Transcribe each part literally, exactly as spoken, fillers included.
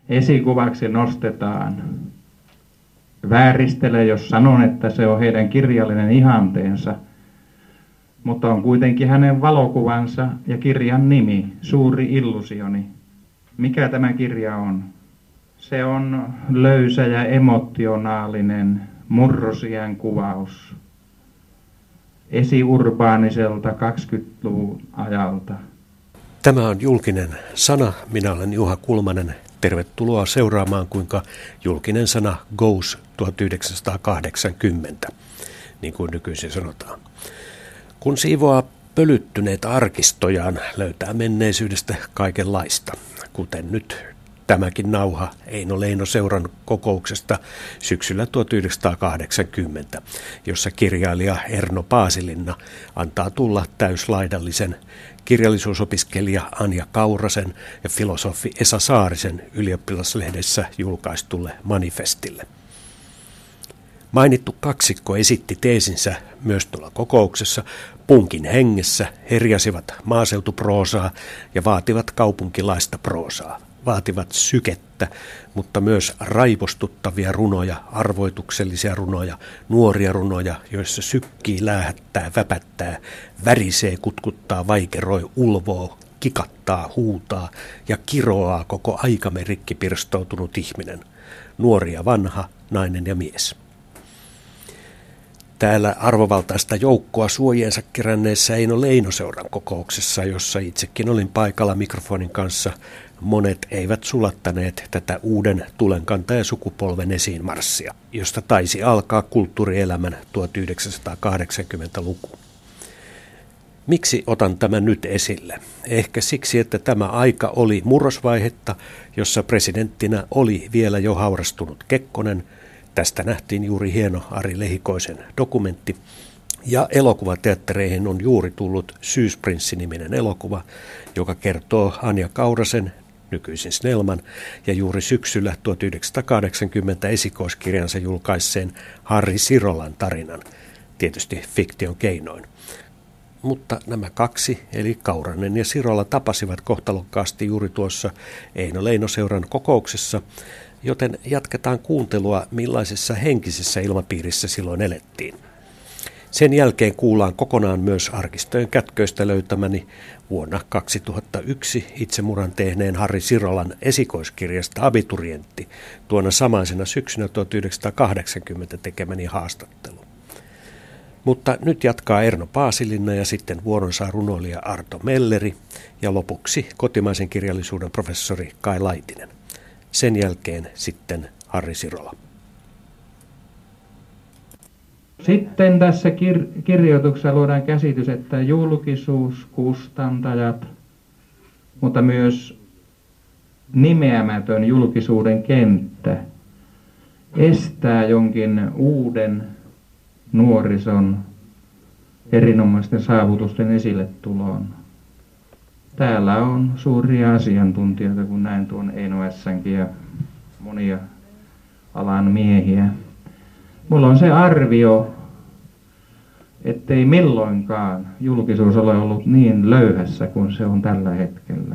esikuvaksi nostetaan vääristele, jos sanon, että se on heidän kirjallinen ihanteensa, mutta on kuitenkin hänen valokuvansa ja kirjan nimi, Suuri illusioni. Mikä tämä kirja on? Se on löysä ja emotionaalinen murrosiän kuvaus esiurbaaniselta kaksikymmentäluvun ajalta. Tämä on Julkinen sana. Minä olen Juha Kulmanen. Tervetuloa seuraamaan, kuinka Julkinen sana goes tuhatyhdeksänsataakahdeksankymmentä, niin kuin nykyisin sanotaan. Kun siivoaa pölyttyneitä arkistojaan, löytää menneisyydestä kaikenlaista, kuten nyt tämäkin nauha Eino Leino-seuran kokouksesta syksyllä tuhatyhdeksänsataakahdeksankymmentä, jossa kirjailija Erno Paasilinna antaa tulla täyslaidallisen kirjallisuusopiskelija Anja Kaurasen ja filosofi Esa Saarisen ylioppilaslehdessä julkaistulle manifestille. Mainittu kaksikko esitti teesinsä myös tuolla kokouksessa. Punkin hengessä herjasivat maaseutuproosaa ja vaativat kaupunkilaista proosaa. Vaativat sykettä, mutta myös raivostuttavia runoja, arvoituksellisia runoja, nuoria runoja, joissa sykkii, läähättää, väpättää, värisee, kutkuttaa, vaikeroi, ulvoo, kikattaa, huutaa ja kiroaa koko aikamme rikkipirstoutunut ihminen. Nuori ja vanha, nainen ja mies. Täällä arvovaltaista joukkoa suojiensa keränneessä Eino Leino-seuran kokouksessa, jossa itsekin olin paikalla mikrofonin kanssa, monet eivät sulattaneet tätä uuden tulenkantajasukupolven esiinmarssia, josta taisi alkaa kulttuurielämän tuhatyhdeksänsataakahdeksankymmentäluku. Miksi otan tämän nyt esille? Ehkä siksi, että tämä aika oli murrosvaihetta, jossa presidenttinä oli vielä jo haurastunut Kekkonen. Tästä nähtiin juuri hieno Ari Lehikoisen dokumentti. Ja elokuvateattereihin on juuri tullut Syysprinssi-niminen elokuva, joka kertoo Anja Kaurasen, nykyisin Snellman, ja juuri syksyllä tuhatyhdeksänsataakahdeksankymmentä esikoiskirjansa julkaisseen Harri Sirolan tarinan, tietysti fiktion keinoin. Mutta nämä kaksi, eli Kauranen ja Sirola, tapasivat kohtalokkaasti juuri tuossa Eino Leino-seuran kokouksessa, joten jatketaan kuuntelua, millaisessa henkisessä ilmapiirissä silloin elettiin. Sen jälkeen kuullaan kokonaan myös arkistojen kätköistä löytämäni vuonna kaksituhattayksi itsemurhan tehneen Harri Sirolan esikoiskirjasta Abiturientti, tuona samaisena syksynä tuhatyhdeksänsataakahdeksankymmentä tekemäni haastattelu. Mutta nyt jatkaa Erno Paasilinna ja sitten vuoron saa runoilija Arto Melleri ja lopuksi kotimaisen kirjallisuuden professori Kai Laitinen. Sen jälkeen sitten Harri Sirola. Sitten tässä kir- kirjoituksessa luodaan käsitys, että julkisuus, kustantajat, mutta myös nimeämätön julkisuuden kenttä estää jonkin uuden nuorison erinomaisten saavutusten esille tuloon. Täällä on suuria asiantuntijoita, kun näin tuon Eino Ässänkin ja monia alan miehiä. Mulla on se arvio, ettei milloinkaan julkisuus ole ollut niin löyhässä kuin se on tällä hetkellä.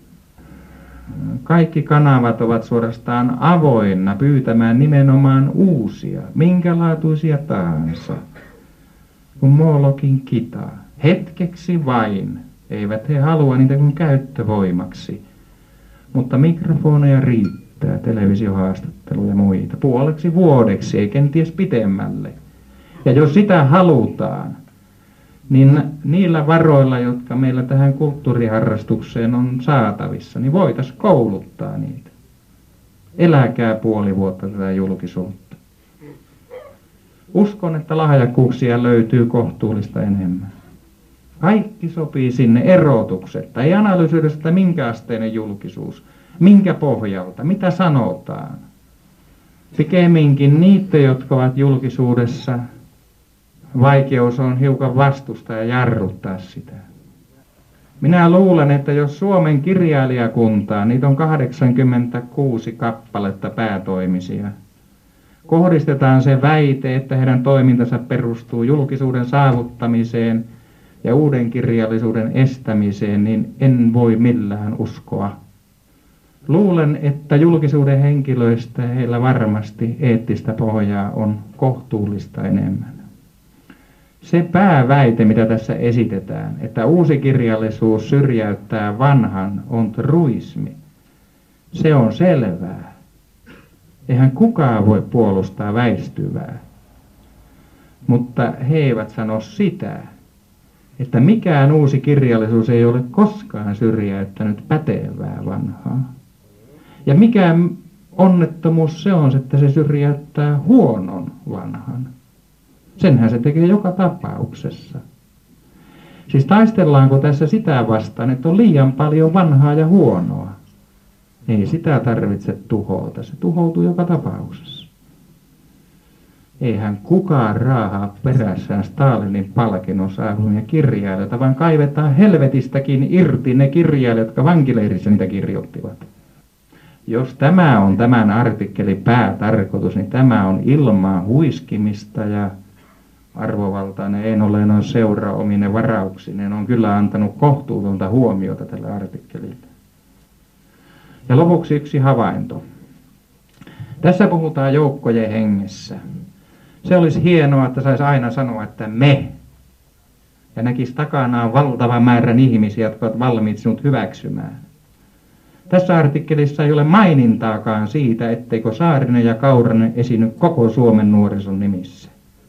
Kaikki kanavat ovat suorastaan avoinna pyytämään nimenomaan uusia, minkälaatuisia tahansa, kuin Molokin kitaa. Hetkeksi vain. Eivät he halua niitä kuin käyttövoimaksi, mutta mikrofoneja riittää, televisiohaastatteluja ja muita, puoleksi vuodeksi, ei kenties pitemmälle. Ja jos sitä halutaan, niin niillä varoilla, jotka meillä tähän kulttuuriharrastukseen on saatavissa, niin voitaisiin kouluttaa niitä. Eläkää puoli vuotta tätä julkisuutta. Uskon, että lahjakkuuksia löytyy kohtuullista enemmän. Kaikki sopii sinne, erotuksetta. Ei analysoida sitä, minkä asteinen julkisuus, minkä pohjalta, mitä sanotaan. Pikemminkin niitä, jotka ovat julkisuudessa, vaikeus on hiukan vastustaa ja jarruttaa sitä. Minä luulen, että jos Suomen kirjailijakuntaa, niitä on kahdeksankymmentäkuusi kappaletta päätoimisia, kohdistetaan se väite, että heidän toimintansa perustuu julkisuuden saavuttamiseen ja uuden kirjallisuuden estämiseen, niin en voi millään uskoa. Luulen, että julkisuuden henkilöistä heillä varmasti eettistä pohjaa on kohtuullista enemmän. Se pääväite, mitä tässä esitetään, että uusi kirjallisuus syrjäyttää vanhan, on truismi. Se on selvää. Eihän kukaan voi puolustaa väistyvää. Mutta he eivät sano sitä, että mikään uusi kirjallisuus ei ole koskaan syrjäyttänyt pätevää vanhaa. Ja mikä onnettomuus se on, että se syrjäyttää huonon vanhan. Senhän se tekee joka tapauksessa. Siis taistellaanko tässä sitä vastaan, että on liian paljon vanhaa ja huonoa? Ei sitä tarvitse tuhota, se tuhoutuu joka tapauksessa. Eihän kukaan raahaa perässään Stalinin palkinnon saavia kirjailijoita, vaan kaivetaan helvetistäkin irti ne kirjailijat, jotka vankileirissä niitä kirjoittivat. Jos tämä on tämän artikkelin päätarkoitus, niin tämä on ilmaa huiskimista ja arvovaltainen Eino-Leinon seura omine varauksineen on kyllä antanut kohtuutonta huomiota tälle artikkelille. Ja lopuksi yksi havainto. Tässä puhutaan joukkojen hengessä. Se olisi hienoa, että saisi aina sanoa, että me. Ja näkisi takanaan valtava määrän ihmisiä, jotka ovat valmiit sinut hyväksymään. Tässä artikkelissa ei ole mainintaakaan siitä, etteikö Saarinen ja Kauranen esiinny koko Suomen nuorison nimissä.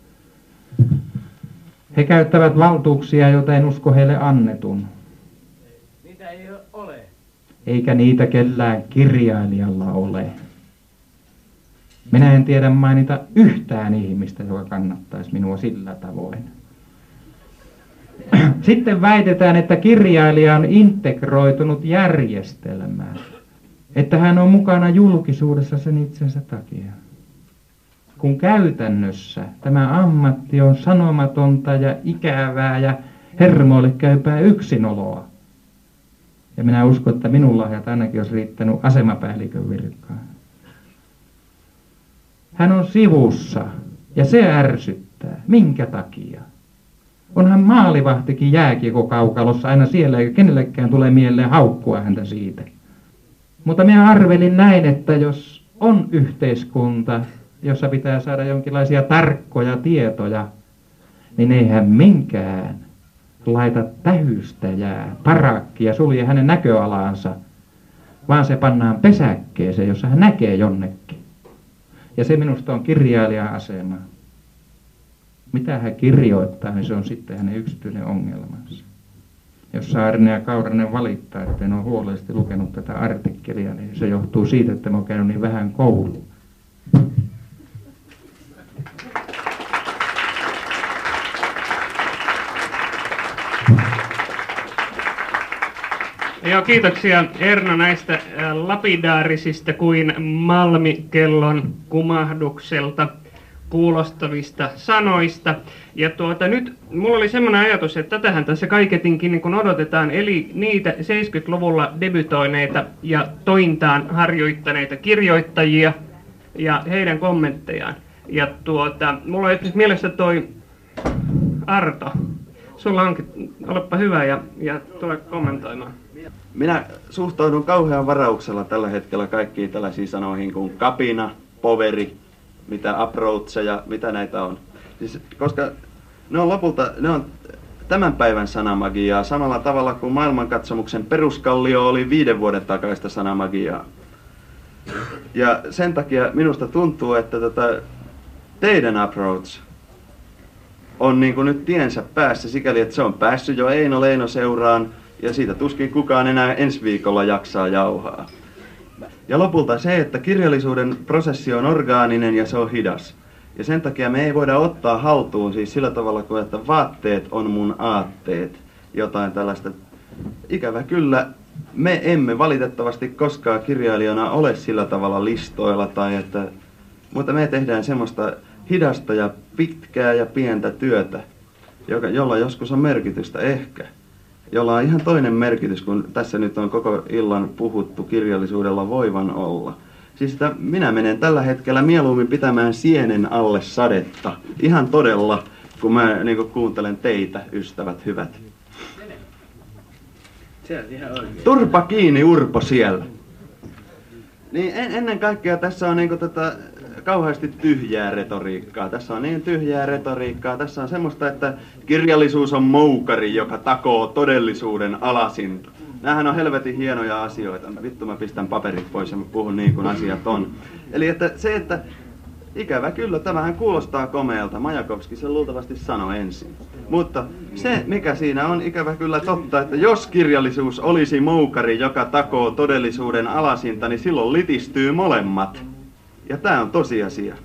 He käyttävät valtuuksia, joita en usko heille annetun. Niitä ei ole. Eikä niitä kellään kirjailijalla ole. Minä en tiedä mainita yhtään ihmistä, joka kannattaisi minua sillä tavoin. Sitten väitetään, että kirjailija on integroitunut järjestelmään. Että hän on mukana julkisuudessa sen itsensä takia. Kun käytännössä tämä ammatti on sanomatonta ja ikävää ja hermoille käypää yksinoloa. Ja minä uskon, että minun lahjat ainakin olisi riittänyt asemapäällikön virkaan. Hän on sivussa ja se ärsyttää. Minkä takia? Onhan maalivahtikin jääkiekkokaukalossa aina siellä, eikä kenellekään tule mieleen haukkua häntä siitä. Mutta minä arvelin näin, että jos on yhteiskunta, jossa pitää saada jonkinlaisia tarkkoja tietoja, niin eihän minkään laita tähystäjää, parakkia, sulje hänen näköalaansa, vaan se pannaan pesäkkeeseen, jossa hän näkee jonnekin. Ja se minusta on kirjailijan asema. Mitä hän kirjoittaa, niin se on sitten hänen yksityinen ongelmansa. Jos Saarinen ja Kauranen valittaa, että en ole huolellisesti lukenut tätä artikkelia, niin se johtuu siitä, että mä oon käynyt niin vähän koulua. Joo, kiitoksia Erno näistä lapidaarisista kuin Malmikellon kumahdukselta kuulostavista sanoista. Ja tuota, nyt mulla oli semmoinen ajatus, että tätähän tässä kaiketinkin niin kun odotetaan, eli niitä seitsemänkymmentäluvulla debytoineita ja tointaan harjoittaneita kirjoittajia ja heidän kommenttejaan. Ja tuota, mulla on nyt mielessä toi Arto. Sulla onkin, olepa hyvä ja, ja tule kommentoimaan. Minä suhtaudun kauhean varauksella tällä hetkellä kaikkiin tällaisiin sanoihin kuin kapina, poveri, mitä approach ja mitä näitä on. Siis, koska ne on lopulta, ne on tämän päivän sanamagiaa samalla tavalla kuin maailmankatsomuksen peruskallio oli viiden vuoden takaista sanamagiaa. Ja sen takia minusta tuntuu, että tätä teidän approach on niin kuin nyt tiensä päässä sikäli, että se on päässyt jo Eino-Leino seuraan ja siitä tuskin kukaan enää ensi viikolla jaksaa jauhaa. Ja lopulta se, että kirjallisuuden prosessi on orgaaninen ja se on hidas. Ja sen takia me ei voida ottaa haltuun siis sillä tavalla kuin, että vaatteet on mun aatteet. Jotain tällaista. Ikävä kyllä, me emme valitettavasti koskaan kirjailijana ole sillä tavalla listoilla tai että, mutta me tehdään semmoista hidasta ja pitkää ja pientä työtä, joka, jolla joskus on merkitystä ehkä. Jolla on ihan toinen merkitys, kun tässä nyt on koko illan puhuttu kirjallisuudella voivan olla. Siis että minä menen tällä hetkellä mieluummin pitämään sienen alle sadetta. Ihan todella, kun mä niin kun kuuntelen teitä, ystävät hyvät. Se on ihan oikein. Turpa kiinni, Urpo siellä. Niin en, ennen kaikkea tässä on niinku tätä kauheasti tyhjää retoriikkaa. Tässä on niin tyhjää retoriikkaa. Tässä on semmoista, että kirjallisuus on moukari, joka takoo todellisuuden alasinta. Nämähän on helvetin hienoja asioita. Vittu mä pistän paperit pois ja mä puhun niin kuin asiat on. Eli että se, että ikävä kyllä, tämähän kuulostaa komealta. Majakovski sen luultavasti sanoi ensin. Mutta se, mikä siinä on ikävä kyllä totta, että jos kirjallisuus olisi moukari, joka takoo todellisuuden alasinta, niin silloin litistyy molemmat. Ja tämä on tosiasia.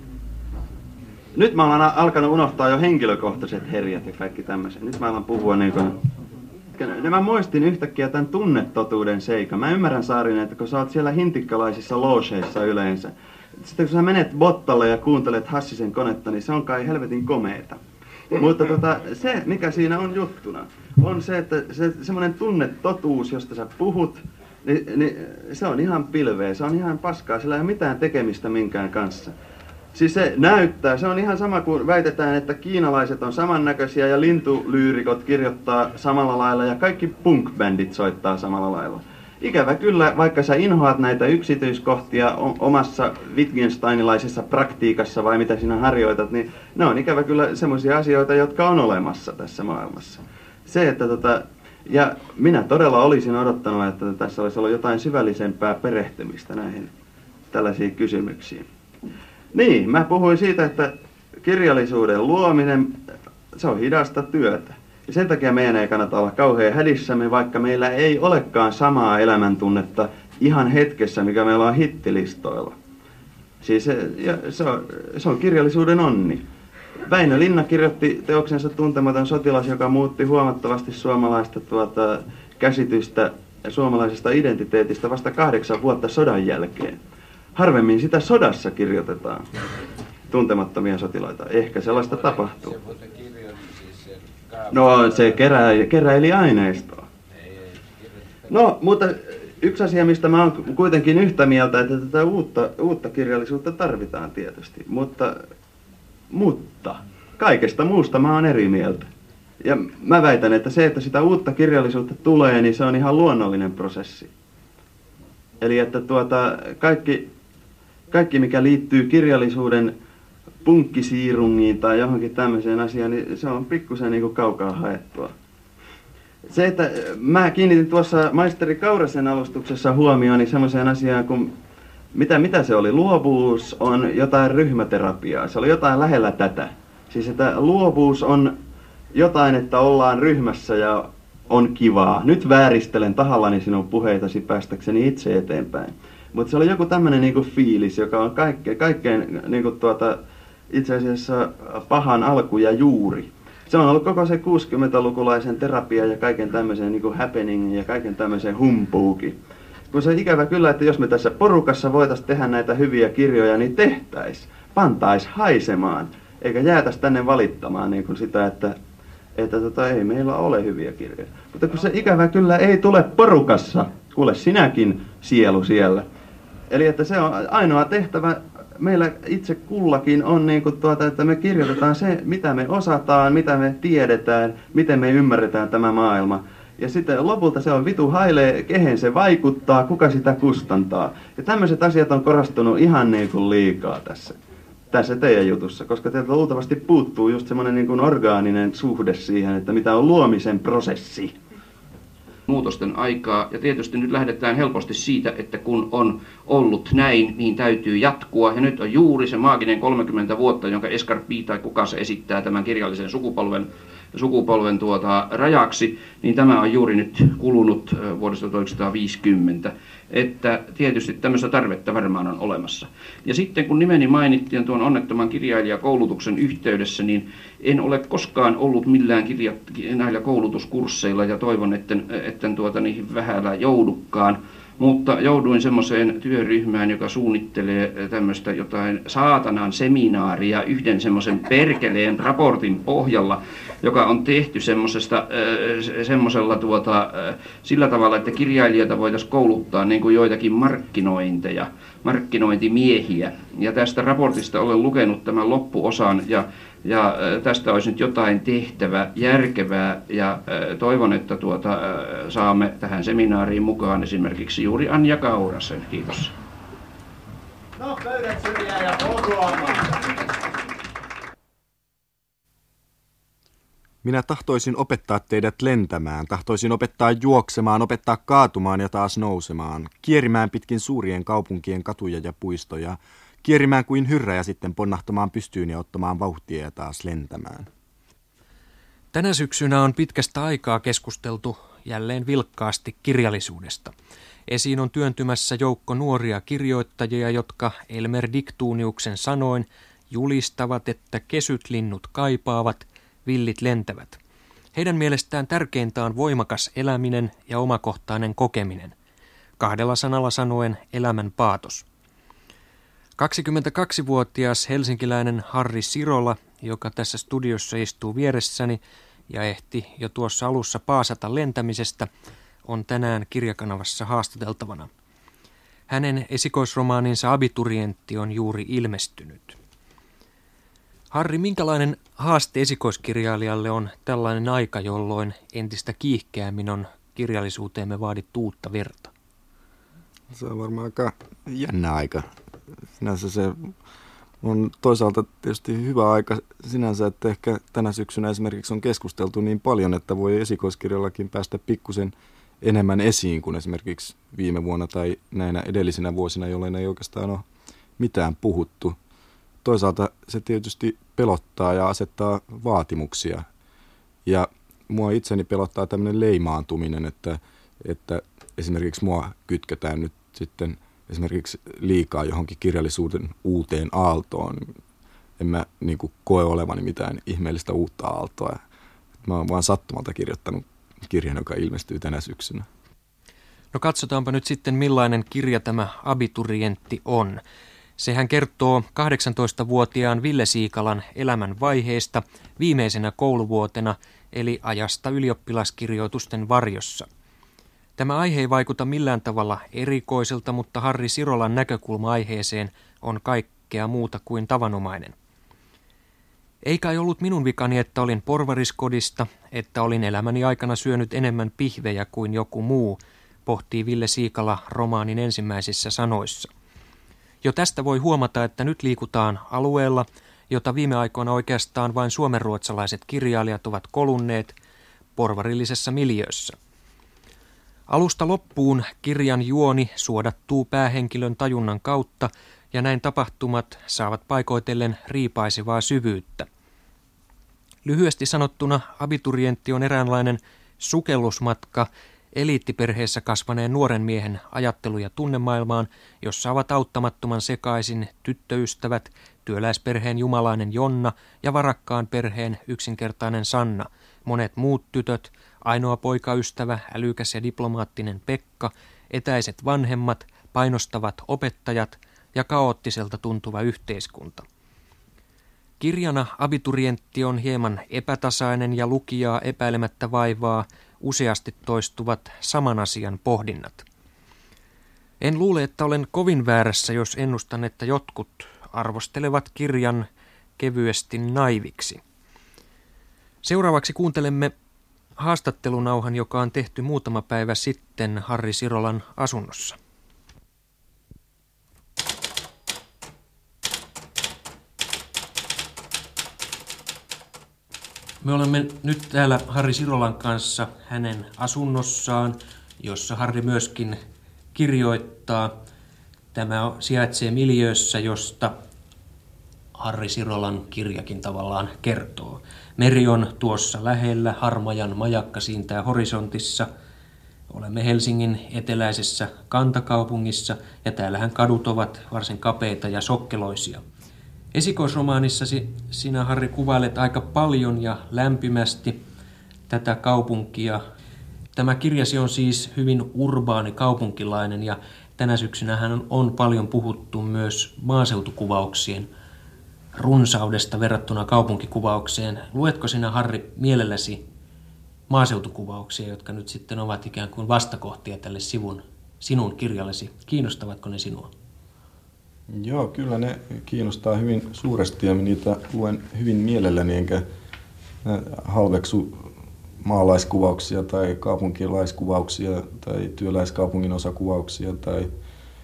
Nyt mä olen alkanut unohtaa jo henkilökohtaiset herjat ja kaikki tämmöiset. Nyt mä alan puhua niin kuin... Mä muistin yhtäkkiä tämän tunnetotuuden seikan. Mä ymmärrän, Saarinen, että kun sä oot siellä hintikkalaisissa loogeissa yleensä, sitten kun sä menet Bottalle ja kuuntelet Hassisen konetta, niin se on kai helvetin komeeta. Mutta tota, se, mikä siinä on juttuna, on se, että se, semmoinen tunnetotuus, josta sä puhut, niin, niin se on ihan pilveä, se on ihan paskaa, sillä ei ole mitään tekemistä minkään kanssa. Siis se näyttää, se on ihan sama kuin väitetään, että kiinalaiset on samannäköisiä ja lintulyyrikot kirjoittaa samalla lailla ja kaikki punk-bändit soittaa samalla lailla. Ikävä kyllä, vaikka sä inhoat näitä yksityiskohtia omassa Wittgensteinilaisessa praktiikassa vai mitä sinä harjoitat, niin ne on ikävä kyllä semmoisia asioita, jotka on olemassa tässä maailmassa. Se, että tota, ja minä todella olisin odottanut, että tässä olisi ollut jotain syvällisempää perehtymistä näihin tällaisiin kysymyksiin. Niin, mä puhuin siitä, että kirjallisuuden luominen, se on hidasta työtä. Ja sen takia meidän ei kannata olla kauhean hädissämme, vaikka meillä ei olekaan samaa elämäntunnetta ihan hetkessä, mikä meillä on hittilistoilla. Siis se, ja se, on, se on kirjallisuuden onni. Väinö Linna kirjoitti teoksensa Tuntematon sotilas, joka muutti huomattavasti suomalaista tuota, käsitystä suomalaisesta identiteetistä vasta kahdeksan vuotta sodan jälkeen. Harvemmin sitä sodassa kirjoitetaan, tuntemattomia sotilaita. Ehkä sellaista tapahtuu. No, se keräili, keräili aineistoa. No, mutta yksi asia, mistä mä oon kuitenkin yhtä mieltä, että tätä uutta, uutta kirjallisuutta tarvitaan tietysti. Mutta, mutta kaikesta muusta mä oon eri mieltä. Ja mä väitän, että se, että sitä uutta kirjallisuutta tulee, niin se on ihan luonnollinen prosessi. Eli että tuota, kaikki, kaikki mikä liittyy kirjallisuuden punkkisiirungiin tai johonkin tämmöiseen asiaan, niin se on pikkusen niin kuin kaukaa haettua. Se, että mä kiinnitin tuossa maisteri Kaurasen alustuksessa huomioon niin semmoiseen asiaan, kun mitä, mitä se oli? Luovuus on jotain ryhmäterapiaa. Se oli jotain lähellä tätä. Siis että luovuus on jotain, että ollaan ryhmässä ja on kivaa. Nyt vääristelen tahallani sinun puheitasi päästäkseni itse eteenpäin. Mutta se oli joku tämmöinen niinku fiilis, joka on kaikkein, kaikkein niinku tuota, itse asiassa pahan alku ja juuri. Se on ollut koko se kuusikymmentälukulaisen terapia ja kaiken tämmöisen niinku happening ja kaiken tämmöisen humpuuki. Kun se ikävä kyllä, että jos me tässä porukassa voitaisiin tehdä näitä hyviä kirjoja, niin tehtäis, pantais haisemaan, eikä jäätäis tänne valittamaan niin kuin sitä, että, että tota, ei meillä ole hyviä kirjoja. Mutta kun se ikävä kyllä ei tule porukassa, kuule sinäkin sielu siellä. Eli että se on ainoa tehtävä meillä itse kullakin on, niin kuin tuota, että me kirjoitetaan se, mitä me osataan, mitä me tiedetään, miten me ymmärretään tämä maailma. Ja sitten lopulta se on vitu hailee, kehen se vaikuttaa, kuka sitä kustantaa. Ja tämmöiset asiat on korostunut ihan niin kuin liikaa tässä, tässä teidän jutussa, koska teiltä luultavasti puuttuu just semmoinen niin kuin orgaaninen suhde siihen, että mitä on luomisen prosessi. Muutosten aikaa, ja tietysti nyt lähdetään helposti siitä, että kun on ollut näin, niin täytyy jatkua, ja nyt on juuri se maaginen kolmekymmentä vuotta, jonka Escarpit tai kuka se esittää tämän kirjallisen sukupolven, sukupolven tuota, rajaksi, niin tämä on juuri nyt kulunut vuodesta tuhatyhdeksänsataaviisikymmentä, että tietysti tämmöistä tarvetta varmaan on olemassa. Ja sitten kun nimeni mainittiin tuon onnettoman kirjailijakoulutuksen yhteydessä, niin en ole koskaan ollut millään kirja, näillä koulutuskursseilla ja toivon, etten, etten tuota niihin vähällä joudukaan. Mutta jouduin semmoiseen työryhmään, joka suunnittelee tämmöistä jotain saatanan seminaaria yhden semmoisen perkeleen raportin pohjalla, joka on tehty semmoisesta, semmoisella tuota, sillä tavalla, että kirjailijoita voitaisiin kouluttaa niin kuin joitakin markkinointeja, markkinointimiehiä. Ja tästä raportista olen lukenut tämän loppuosan ja Ja tästä olisi nyt jotain tehtävä, järkevää, ja toivon, että tuota, saamme tähän seminaariin mukaan esimerkiksi juuri Anja Kaurasen. Kiitos. No, pöydät syrjään ja kokoamaan. Minä tahtoisin opettaa teidät lentämään, tahtoisin opettaa juoksemaan, opettaa kaatumaan ja taas nousemaan, kierimään pitkin suurien kaupunkien katuja ja puistoja, kierimään kuin hyrrä ja sitten ponnahtamaan pystyyn ja ottamaan vauhtia ja taas lentämään. Tänä syksynä on pitkästä aikaa keskusteltu jälleen vilkkaasti kirjallisuudesta. Esiin on työntymässä joukko nuoria kirjoittajia, jotka Elmer Diktuniuksen sanoin julistavat, että kesyt linnut kaipaavat, villit lentävät. Heidän mielestään tärkeintä on voimakas eläminen ja omakohtainen kokeminen. Kahdella sanalla sanoen elämän paatos. kaksikymmentäkaksivuotias helsinkiläinen Harri Sirola, joka tässä studiossa istuu vieressäni ja ehti jo tuossa alussa paasata lentämisestä, on tänään Kirjakanavassa haastateltavana. Hänen esikoisromaaninsa Abiturientti on juuri ilmestynyt. Harri, minkälainen haaste esikoiskirjailijalle on tällainen aika, jolloin entistä kiihkeämmin on kirjallisuuteemme vaadittu uutta verta? Se on varmaan aika jännä aika. Sinänsä se on toisaalta tietysti hyvä aika sinänsä, että ehkä tänä syksynä esimerkiksi on keskusteltu niin paljon, että voi esikoiskirjallakin päästä pikkusen enemmän esiin kuin esimerkiksi viime vuonna tai näinä edellisinä vuosina, jolloin ei oikeastaan ole mitään puhuttu. Toisaalta se tietysti pelottaa ja asettaa vaatimuksia. Ja mua itseni pelottaa tämmöinen leimaantuminen, että, että esimerkiksi mua kytketään nyt sitten esimerkiksi liikaa johonkin kirjallisuuden uuteen aaltoon. En mä niin kuin koe olevani mitään ihmeellistä uutta aaltoa. Mä oon vaan sattumalta kirjoittanut kirjan, joka ilmestyy tänä syksynä. No katsotaanpa nyt sitten, millainen kirja tämä Abiturientti on. Sehän kertoo kahdeksantoistavuotiaan Ville Siikalan elämän vaiheesta viimeisenä kouluvuotena, eli ajasta ylioppilaskirjoitusten varjossa. Tämä aihe ei vaikuta millään tavalla erikoiselta, mutta Harri Sirolan näkökulma aiheeseen on kaikkea muuta kuin tavanomainen. Ei kai ollut minun vikani, että olin porvariskodista, että olin elämäni aikana syönyt enemmän pihvejä kuin joku muu, pohtii Ville Siikala romaanin ensimmäisissä sanoissa. Jo tästä voi huomata, että nyt liikutaan alueella, jota viime aikoina oikeastaan vain suomenruotsalaiset kirjailijat ovat kolunneet, porvarillisessa miljöössä. Alusta loppuun kirjan juoni suodattuu päähenkilön tajunnan kautta, ja näin tapahtumat saavat paikoitellen riipaisevaa syvyyttä. Lyhyesti sanottuna Abiturientti on eräänlainen sukellusmatka eliittiperheessä kasvaneen nuoren miehen ajattelu- ja tunnemaailmaan, jossa ovat auttamattoman sekaisin tyttöystävät, työläisperheen jumalainen Jonna ja varakkaan perheen yksinkertainen Sanna, monet muut tytöt, ainoa poikaystävä, älykäs ja diplomaattinen Pekka, etäiset vanhemmat, painostavat opettajat ja kaoottiselta tuntuva yhteiskunta. Kirjana Abiturientti on hieman epätasainen ja lukijaa epäilemättä vaivaa useasti toistuvat saman asian pohdinnat. En luule, että olen kovin väärässä, jos ennustan, että jotkut arvostelevat kirjan kevyesti naiviksi. Seuraavaksi kuuntelemme haastattelunauhan, joka on tehty muutama päivä sitten Harri Sirolan asunnossa. Me olemme nyt täällä Harri Sirolan kanssa hänen asunnossaan, jossa Harri myöskin kirjoittaa. Tämä sijaitsee miljöössä, josta Harri Sirolan kirjakin tavallaan kertoo. Meri on tuossa lähellä, Harmajan majakka siintää horisontissa. Olemme Helsingin eteläisessä kantakaupungissa ja täällähän kadut ovat varsin kapeita ja sokkeloisia. Esikoisromaanissasi sinä, Harri, kuvailet aika paljon ja lämpimästi tätä kaupunkia. Tämä kirjasi on siis hyvin urbaani kaupunkilainen ja tänä syksynähän on paljon puhuttu myös maaseutukuvauksien runsaudesta verrattuna kaupunkikuvaukseen. Luetko sinä, Harri, mielelläsi maaseutukuvauksia, jotka nyt sitten ovat ikään kuin vastakohtia tälle sivun, sinun kirjallesi? Kiinnostavatko ne sinua? Joo, kyllä ne kiinnostaa hyvin suuresti ja niitä luen hyvin mielelläni, enkä halveksu maalaiskuvauksia tai kaupunkilaiskuvauksia tai työläiskaupungin osakuvauksia tai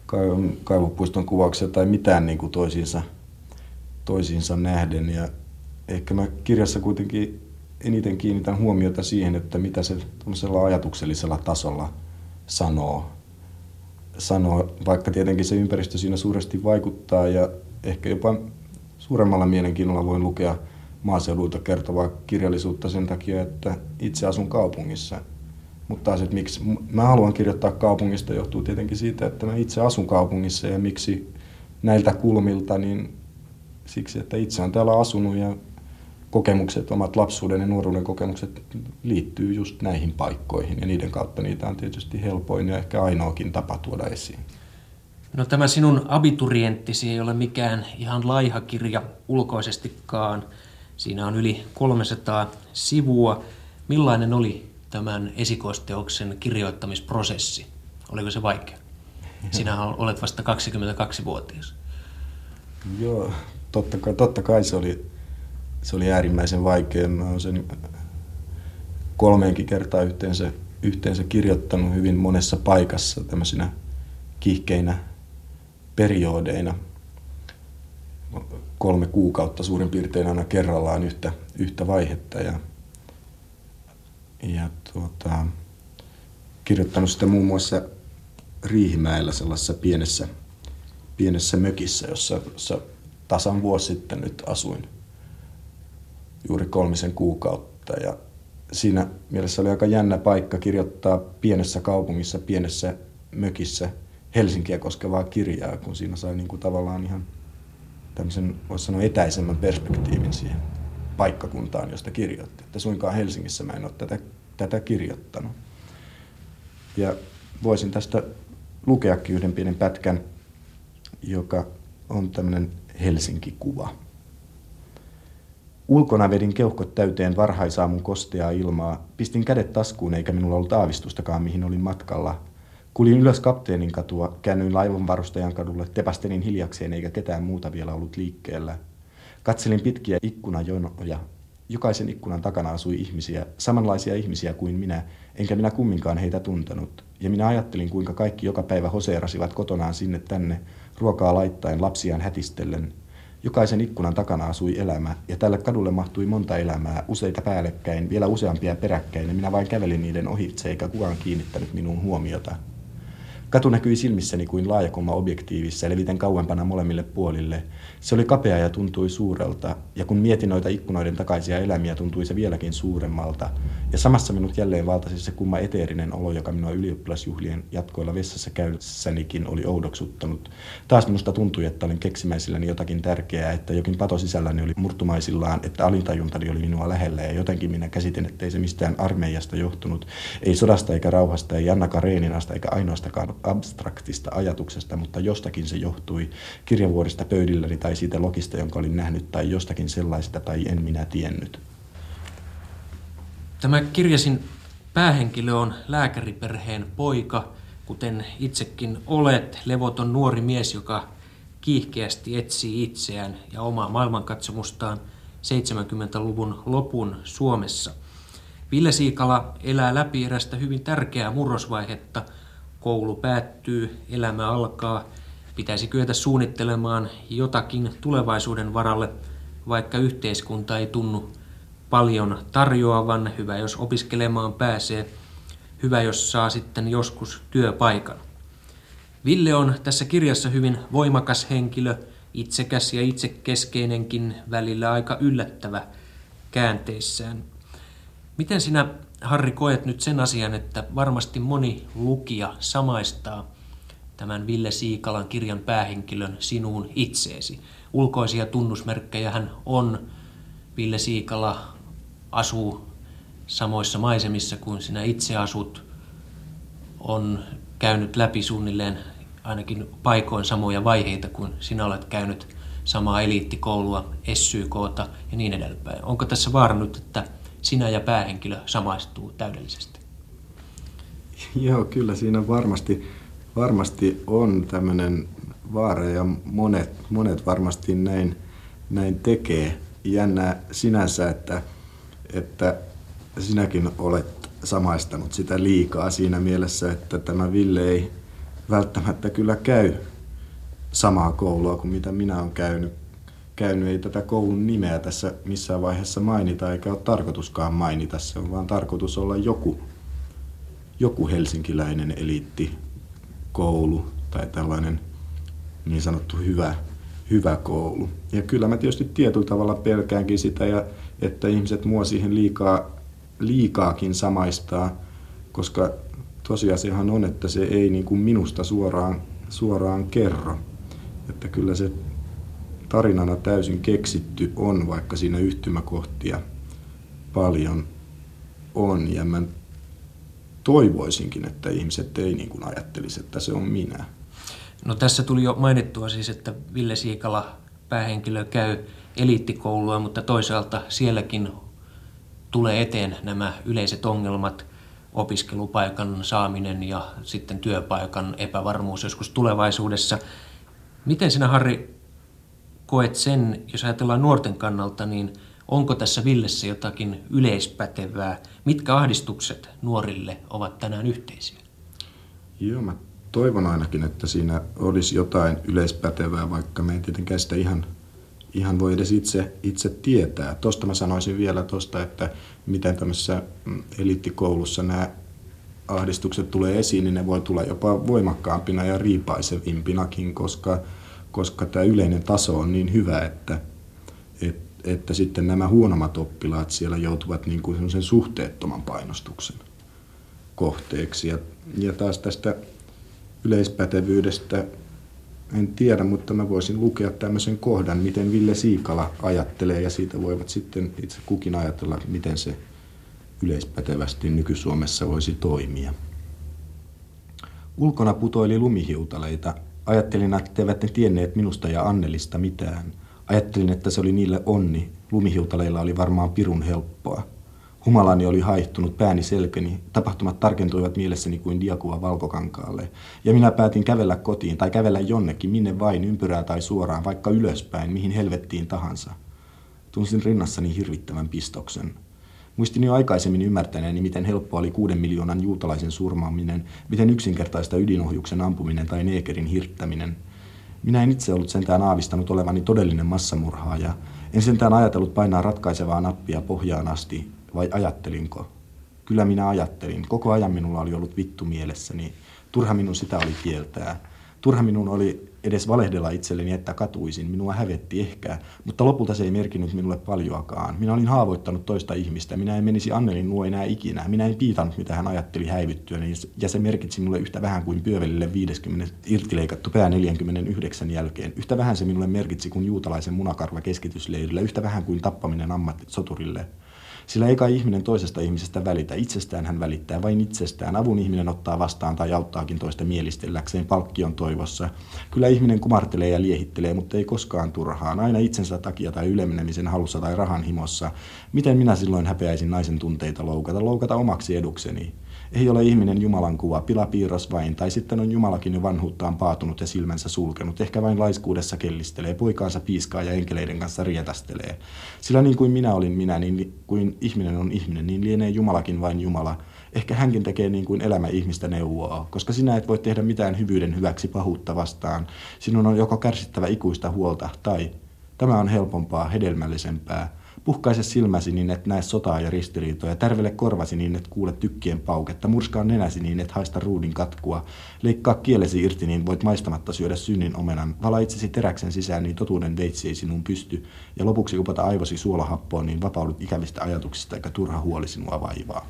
kaivopuiston kuvauksia tai mitään niin kuin toisiinsa, toisiinsa nähden. Ja ehkä mä kirjassa kuitenkin eniten kiinnitän huomiota siihen, että mitä se ajatuksellisella tasolla sanoo. sanoo. Vaikka tietenkin se ympäristö siinä suuresti vaikuttaa ja ehkä jopa suuremmalla mielenkiinnolla voin lukea maaseudulta kertovaa kirjallisuutta sen takia, että itse asun kaupungissa. Mutta taas, että miksi mä haluan kirjoittaa kaupungista, johtuu tietenkin siitä, että mä itse asun kaupungissa ja miksi näiltä kulmilta, niin siksi, että itse on täällä asunut ja kokemukset, omat lapsuuden ja nuoruuden kokemukset liittyy just näihin paikkoihin ja niiden kautta niitä on tietysti helpoin ja ehkä ainoakin tapa tuoda esiin. No tämä sinun abiturienttisi ei ole mikään ihan laiha kirja ulkoisestikaan. Siinä on yli kolmesataa sivua. Millainen oli tämän esikoisteoksen kirjoittamisprosessi? Oliko se vaikea? Sinä olet vasta kaksikymmentäkaksivuotias. Joo, totta kai, totta kai se oli, se oli äärimmäisen vaikea. Mä olen sen kolmeenkin kertaa yhteensä, yhteensä kirjoittanut hyvin monessa paikassa tämmöisinä kiihkeinä periodeina. Kolme kuukautta suurin piirtein aina kerrallaan yhtä, yhtä vaihetta. Ja, ja tuota, kirjoittanut sitä muun muassa Riihimäellä sellaisessa pienessä, pienessä mökissä, jossa, jossa tasan vuosi sitten nyt asuin juuri kolmisen kuukautta. Ja siinä mielessä oli aika jännä paikka kirjoittaa pienessä kaupungissa, pienessä mökissä Helsinkiä koskevaa kirjaa, kun siinä sai niin kuin tavallaan ihan tämmöisen, voisi sanoa, etäisemmän perspektiivin siihen paikkakuntaan, josta kirjoitti. Että suinkaan Helsingissä mä en ole tätä, tätä kirjoittanut. Ja voisin tästä lukeakin yhden pienen pätkän, joka on tämmöinen Helsinki-kuva. Ulkona vedin keuhkot täyteen varhaisaamun kosteaa ilmaa. Pistin kädet taskuun eikä minulla ollut aavistustakaan, mihin olin matkalla. Kuljin ylös Kapteenin katua, käännyin laivanvarustajan kadulle, tepästelin hiljakseen eikä ketään muuta vielä ollut liikkeellä. Katselin pitkiä ikkunajonoja. Jokaisen ikkunan takana asui ihmisiä, samanlaisia ihmisiä kuin minä, enkä minä kumminkaan heitä tuntenut. Ja minä ajattelin, kuinka kaikki joka päivä hoseerasivat kotonaan sinne tänne, ruokaa laittaen, lapsiaan hätistellen. Jokaisen ikkunan takana asui elämä, ja tälle kadulle mahtui monta elämää, useita päällekkäin, vielä useampia peräkkäin, ja minä vain kävelin niiden ohitse, eikä kukaan kiinnittänyt minuun huomiota. Katu näkyi silmissäni kuin laajakulma objektiivissa, leviten kauempana molemmille puolille. Se oli kapea ja tuntui suurelta, ja kun mietin noita ikkunoiden takaisia elämiä, tuntui se vieläkin suuremmalta. Ja samassa minut jälleen valtasi se kumma eteerinen olo, joka minua ylioppilasjuhlien jatkoilla vessassa käydessänikin oli oudoksuttanut. Taas minusta tuntui, että olin keksimäisilläni jotakin tärkeää, että jokin pato sisälläni oli murtumaisillaan, että alintajuntani oli minua lähellä, ja jotenkin minä käsitin, ettei se mistään armeijasta johtunut, ei sodasta eikä rauhasta, ei Anna Kareninasta eikä ainoastakaan abstraktista ajatuksesta, mutta jostakin se johtui, kirjavuorista pöydilläni tai siitä lokista, jonka olin nähnyt, tai jostakin sellaista, tai en minä tiennyt. Tämä kirjasin päähenkilö on lääkäriperheen poika, kuten itsekin olet, levoton nuori mies, joka kiihkeästi etsii itseään ja omaa maailmankatsomustaan seitsemänkymmentäluvun lopun Suomessa. Ville Siikala elää läpi erästä hyvin tärkeää murrosvaihetta. Koulu päättyy, elämä alkaa, pitäisi kyetä suunnittelemaan jotakin tulevaisuuden varalle, vaikka yhteiskunta ei tunnu paljon tarjoavan. Hyvä, jos opiskelemaan pääsee, hyvä, jos saa sitten joskus työpaikan. Ville on tässä kirjassa hyvin voimakas henkilö, itsekäs ja itsekeskeinenkin, välillä aika yllättävä käänteissään. Miten sinä, Harri, koet nyt sen asian, että varmasti moni lukija samaistaa tämän Ville Siikalan kirjan päähenkilön sinuun itseesi? Ulkoisia tunnusmerkkejä hän on. Ville Siikala asuu samoissa maisemissa kuin sinä itse asut. On käynyt läpi suunnilleen ainakin paikoin samoja vaiheita kuin sinä olet käynyt, samaa eliittikoulua, S Y K:ta ja niin edelleen. Onko tässä vaara nyt, että sinä ja päähenkilö samaistuu täydellisesti? Joo, kyllä siinä varmasti, varmasti on tämmöinen vaara ja monet, monet varmasti näin, näin tekee. Jännää sinänsä, että, että sinäkin olet samaistanut sitä liikaa siinä mielessä, että tämä Ville ei välttämättä kyllä käy samaa koulua kuin mitä minä olen käynyt. käynyt. Ei tätä koulun nimeä tässä missään vaiheessa mainita, eikä ole tarkoituskaan mainita. Se on vaan tarkoitus olla joku, joku helsinkiläinen eliittikoulu tai tällainen niin sanottu hyvä, hyvä koulu. Ja kyllä mä tietysti tietyllä tavalla pelkäänkin sitä, ja, että ihmiset mua siihen liikaa, liikaakin samaistaa, koska tosiasiahan on, että se ei niin kuin minusta suoraan, suoraan kerro. Että kyllä se tarinana täysin keksitty on, vaikka siinä yhtymäkohtia paljon on. Ja mä toivoisinkin, että ihmiset ei niin kuin ajattelisi, että se on minä. No tässä tuli jo mainittua siis, että Ville Siikala, päähenkilö, käy eliittikoulua, mutta toisaalta sielläkin tulee eteen nämä yleiset ongelmat, opiskelupaikan saaminen ja sitten työpaikan epävarmuus joskus tulevaisuudessa. Miten sinä, Harri, koet sen, jos ajatellaan nuorten kannalta, niin onko tässä Villessä jotakin yleispätevää? Mitkä ahdistukset nuorille ovat tänään yhteisiä? Joo, mä toivon ainakin, että siinä olisi jotain yleispätevää, vaikka me ei tietenkään sitä ihan, ihan voi edes itse, itse tietää. Tuosta mä sanoisin vielä tuosta, että miten tämmöisessä eliittikoulussa nämä ahdistukset tulee esiin, niin ne voi tulla jopa voimakkaampina ja riipaisevimpinakin, koska, koska tämä yleinen taso on niin hyvä, että, et, että sitten nämä huonommat oppilaat siellä joutuvat niin kuin semmoisen suhteettoman painostuksen kohteeksi. Ja, ja taas tästä yleispätevyydestä en tiedä, mutta mä voisin lukea tämmöisen kohdan, miten Ville Siikala ajattelee, ja siitä voivat sitten itse kukin ajatella, miten se yleispätevästi nyky-Suomessa voisi toimia. Ulkona putoili lumihiutaleita. Ajattelin, että eivät ne tienneet minusta ja Annelista mitään. Ajattelin, että se oli niille onni. Lumihiutaleilla oli varmaan pirun helppoa. Humalani oli haihtunut, pääni selkeni. Tapahtumat tarkentuivat mielessäni kuin diakuva valkokankaalle. Ja minä päätin kävellä kotiin tai kävellä jonnekin, minne vain, ympyrää tai suoraan, vaikka ylöspäin, mihin helvettiin tahansa. Tunsin rinnassani hirvittävän pistoksen. Muistin jo aikaisemmin ymmärtäneeni, miten helppoa oli kuuden miljoonan juutalaisen surmaaminen, miten yksinkertaista ydinohjuksen ampuminen tai neekerin hirttäminen. Minä en itse ollut sentään aavistanut olevani todellinen massamurhaaja. En sentään ajatellut painaa ratkaisevaa nappia pohjaan asti, vai ajattelinko? Kyllä minä ajattelin. Koko ajan minulla oli ollut vittu mielessäni. Turha minun sitä oli kieltää. Turha minun oli edes valehdella itselleni, että katuisin. Minua hävetti ehkä, mutta lopulta se ei merkinnyt minulle paljoakaan. Minä olin haavoittanut toista ihmistä. Minä en menisi Annelin luo enää ikinä. Minä en piitannut, mitä hän ajatteli häivyttyäni, ja se merkitsi minulle yhtä vähän kuin Pyövelille viisikymmentä irtileikattu pää neljäkymmentäyhdeksän jälkeen. Yhtä vähän se minulle merkitsi kuin juutalaisen munakarva keskitysleirillä. Yhtä vähän kuin tappaminen ammattisoturille. Sillä eikä ihminen toisesta ihmisestä välitä. Itsestään hän välittää, vain itsestään. Avun ihminen ottaa vastaan tai auttaakin toista mielistelläkseen palkkion toivossa. Kyllä ihminen kumartelee ja liehittelee, mutta ei koskaan turhaan. Aina itsensä takia tai ylemmenemisen halussa tai rahan himossa. Miten minä silloin häpeäisin naisen tunteita loukata? Loukata omaksi edukseni. Ei ole ihminen Jumalan kuva, pilapiirros vain, tai sitten on Jumalakin jo vanhuuttaan paatunut ja silmänsä sulkenut. Ehkä vain laiskuudessa kellistelee, poikaansa piiskaa ja enkeleiden kanssa rietästelee. Sillä niin kuin minä olin minä, niin kuin ihminen on ihminen, niin lienee Jumalakin vain Jumala. Ehkä hänkin tekee niin kuin elämä ihmistä neuvoa, koska sinä et voi tehdä mitään hyvyyden hyväksi pahuutta vastaan. Sinun on joko kärsittävä ikuista huolta, tai tämä on helpompaa, hedelmällisempää. Puhkaise silmäsi niin, et näe sotaa ja ristiriitoja. Tärvele korvasi niin, et kuule tykkien pauketta. Murskaa nenäsi niin, et haista ruudin katkua. Leikkaa kielesi irti niin, voit maistamatta syödä synnin omenan. Vala itsesi teräksen sisään niin, totuuden veitsi ei sinun pysty. Ja lopuksi upota aivosi suolahappoon niin, vapaudut ikävistä ajatuksista eikä turha huoli sinua vaivaa.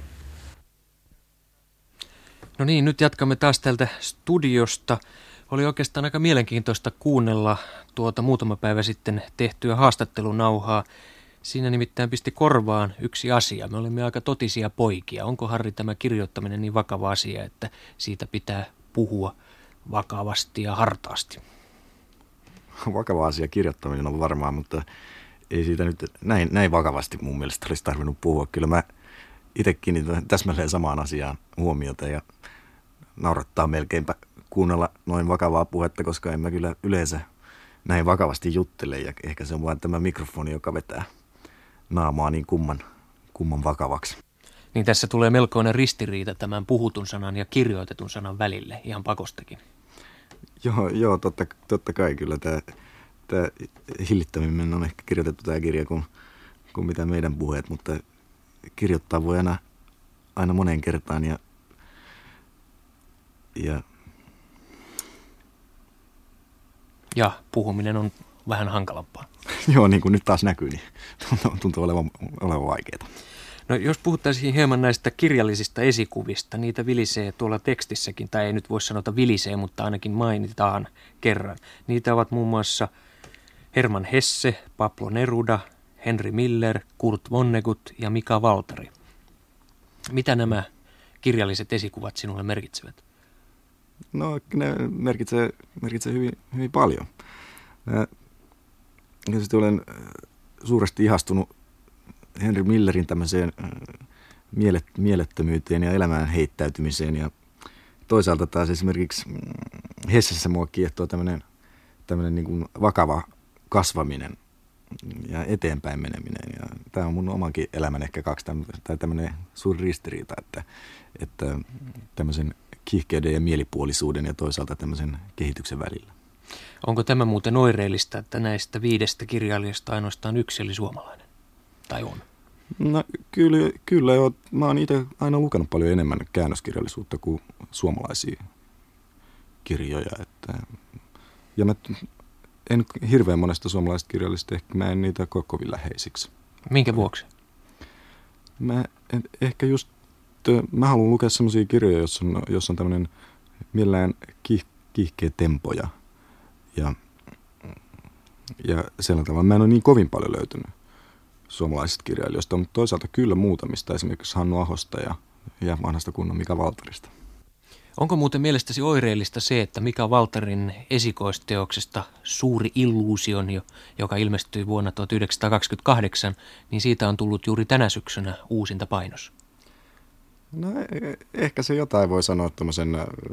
No niin, nyt jatkamme taas täältä studiosta. Oli oikeastaan aika mielenkiintoista kuunnella tuota muutama päivä sitten tehtyä haastattelunauhaa. Siinä nimittäin pisti korvaan yksi asia. Me olemme aika totisia poikia. Onko, Harri, tämä kirjoittaminen niin vakava asia, että siitä pitää puhua vakavasti ja hartaasti? Vakava asia kirjoittaminen on varmaan, mutta ei siitä nyt näin, näin vakavasti mun mielestä olisi tarvinnut puhua. Kyllä mä itse kiinnitän täsmälleen samaan asiaan huomiota ja naurattaa melkeinpä kuunnella noin vakavaa puhetta, koska en mä kyllä yleensä näin vakavasti juttele ja ehkä se on vain tämä mikrofoni, joka vetää naamaa niin kumman, kumman vakavaksi. Niin tässä tulee melkoinen ristiriita tämän puhutun sanan ja kirjoitetun sanan välille, ihan pakostakin. Joo, joo totta, totta kai kyllä tämä, tämä Hillittömimmin on ehkä kirjoitettu tämä kirja kuin, kuin mitä meidän puheet, mutta kirjoittaa voi aina, aina moneen kertaan ja, ja Ja puhuminen on vähän hankalampaa. Joo, niin kuin nyt taas näkyy, niin tuntuu olevan, olevan vaikeaa. No jos puhuttaisiin hieman näistä kirjallisista esikuvista, niitä vilisee tuolla tekstissäkin, tai ei nyt voi sanota vilisee, mutta ainakin mainitaan kerran. Niitä ovat muun muassa Hermann Hesse, Pablo Neruda, Henry Miller, Kurt Vonnegut ja Mika Waltari. Mitä nämä kirjalliset esikuvat sinulle merkitsevät? No ne merkitsee, merkitsee hyvin, hyvin paljon. Mä tietysti olen suuresti ihastunut Henry Millerin tämmöiseen mielet, mielettömyyteen ja elämään heittäytymiseen. Ja toisaalta taas esimerkiksi Hessessä mua kiehtoo tämmöinen, tämmöinen niin kuin vakava kasvaminen ja eteenpäin meneminen. Ja tämä on mun omankin elämän ehkä kaksi tämmöinen, tai tämmöinen suuri ristiriita, että, että tämmöisen kiihkeyden ja mielipuolisuuden ja toisaalta tämmöisen kehityksen välillä. Onko tämä muuten oireellista, että näistä viidestä kirjailijasta ainoastaan yksi oli suomalainen? Tai on? No kyllä, kyllä joo. Mä oon itse aina lukenut paljon enemmän käännöskirjallisuutta kuin suomalaisia kirjoja. Että, ja mä en hirveän monesta suomalaisesta kirjallisesta, ehkä mä en niitä koe kovin läheisiksi. Minkä vuoksi? Mä en, ehkä just, mä haluan lukea semmoisia kirjoja, jossa on, jossa on tämmöinen mielellään kih, kiihkeä tempoja. Ja, ja sillä tavalla mä en ole niin kovin paljon löytynyt suomalaisista kirjailijoista, mutta toisaalta kyllä muutamista, esimerkiksi Hannu Ahosta ja, ja vanhasta kunnon Mika Waltarista. Onko muuten mielestäsi oireellista se, että Mika Waltarin esikoisteoksesta Suuri illuusion, joka ilmestyi vuonna tuhatyhdeksänsataakaksikymmentäkahdeksan, niin siitä on tullut juuri tänä syksynä uusinta painos? No ehkä se jotain voi sanoa tämmöisen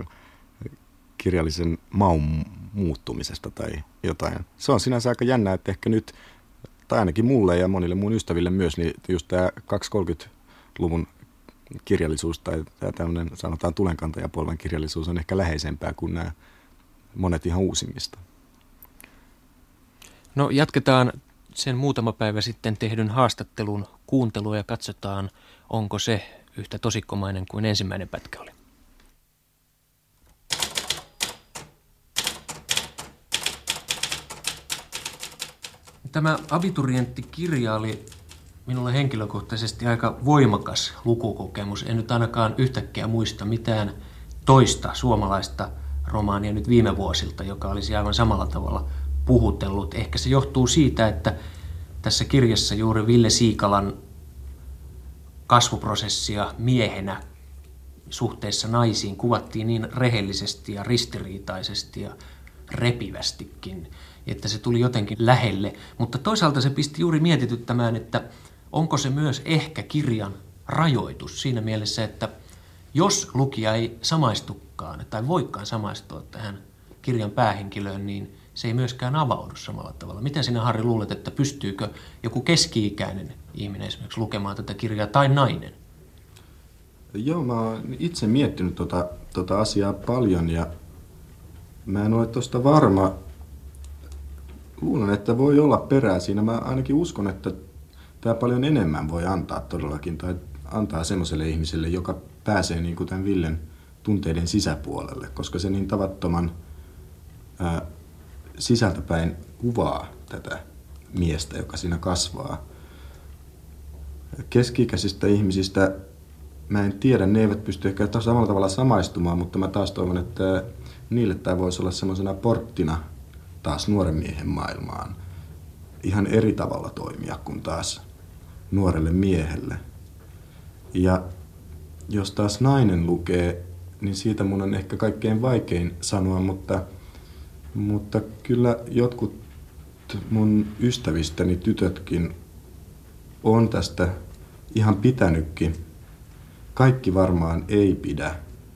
kirjallisen maun muuttumisesta tai jotain. Se on sinänsä aika jännä, että ehkä nyt, tai ainakin mulle ja monille mun ystäville myös, niin just tämä kaksituhattakolmekymmentäluvun kirjallisuus tai tämä tämmöinen sanotaan tulenkantajapolven kirjallisuus on ehkä läheisempää kuin nämä monet ihan uusimmista. No jatketaan sen muutama päivä sitten tehdyn haastattelun kuuntelua ja katsotaan, onko se yhtä tosikkomainen kuin ensimmäinen pätkä oli. Tämä abiturienttikirja oli minulle henkilökohtaisesti aika voimakas lukukokemus. En nyt ainakaan yhtäkkiä muista mitään toista suomalaista romaania nyt viime vuosilta, joka olisi aivan samalla tavalla puhutellut. Ehkä se johtuu siitä, että tässä kirjassa juuri Ville Siikalan kasvuprosessia miehenä suhteessa naisiin kuvattiin niin rehellisesti ja ristiriitaisesti ja repivästikin, että se tuli jotenkin lähelle. Mutta toisaalta se pisti juuri mietityttämään, että onko se myös ehkä kirjan rajoitus siinä mielessä, että jos lukija ei samaistukaan tai voikaan samaistua tähän kirjan päähenkilöön, niin se ei myöskään avaudu samalla tavalla. Miten sinä, Harri, luulet, että pystyykö joku keski-ikäinen ihminen esimerkiksi lukemaan tätä kirjaa tai nainen? Joo, mä oon itse miettinyt tota, tota asiaa paljon ja mä en ole tuosta varma. Luulen, että voi olla perää siinä. Mä ainakin uskon, että tämä paljon enemmän voi antaa todellakin tai antaa semmoiselle ihmiselle, joka pääsee niin kuin tämän Villen tunteiden sisäpuolelle, koska se niin tavattoman ää, sisältäpäin kuvaa tätä miestä, joka siinä kasvaa. Keski-ikäisistä ihmisistä mä en tiedä, ne eivät pysty ehkä samalla tavalla samaistumaan, mutta mä taas toivon, että niille tämä voisi olla semmoisena porttina taas nuoren miehen maailmaan. Ihan eri tavalla toimia kuin taas nuorelle miehelle. Ja jos taas nainen lukee, niin siitä mun on ehkä kaikkein vaikein sanoa, mutta, mutta kyllä jotkut mun ystävistäni tytötkin on tästä ihan pitänytkin. Kaikki varmaan ei pidä.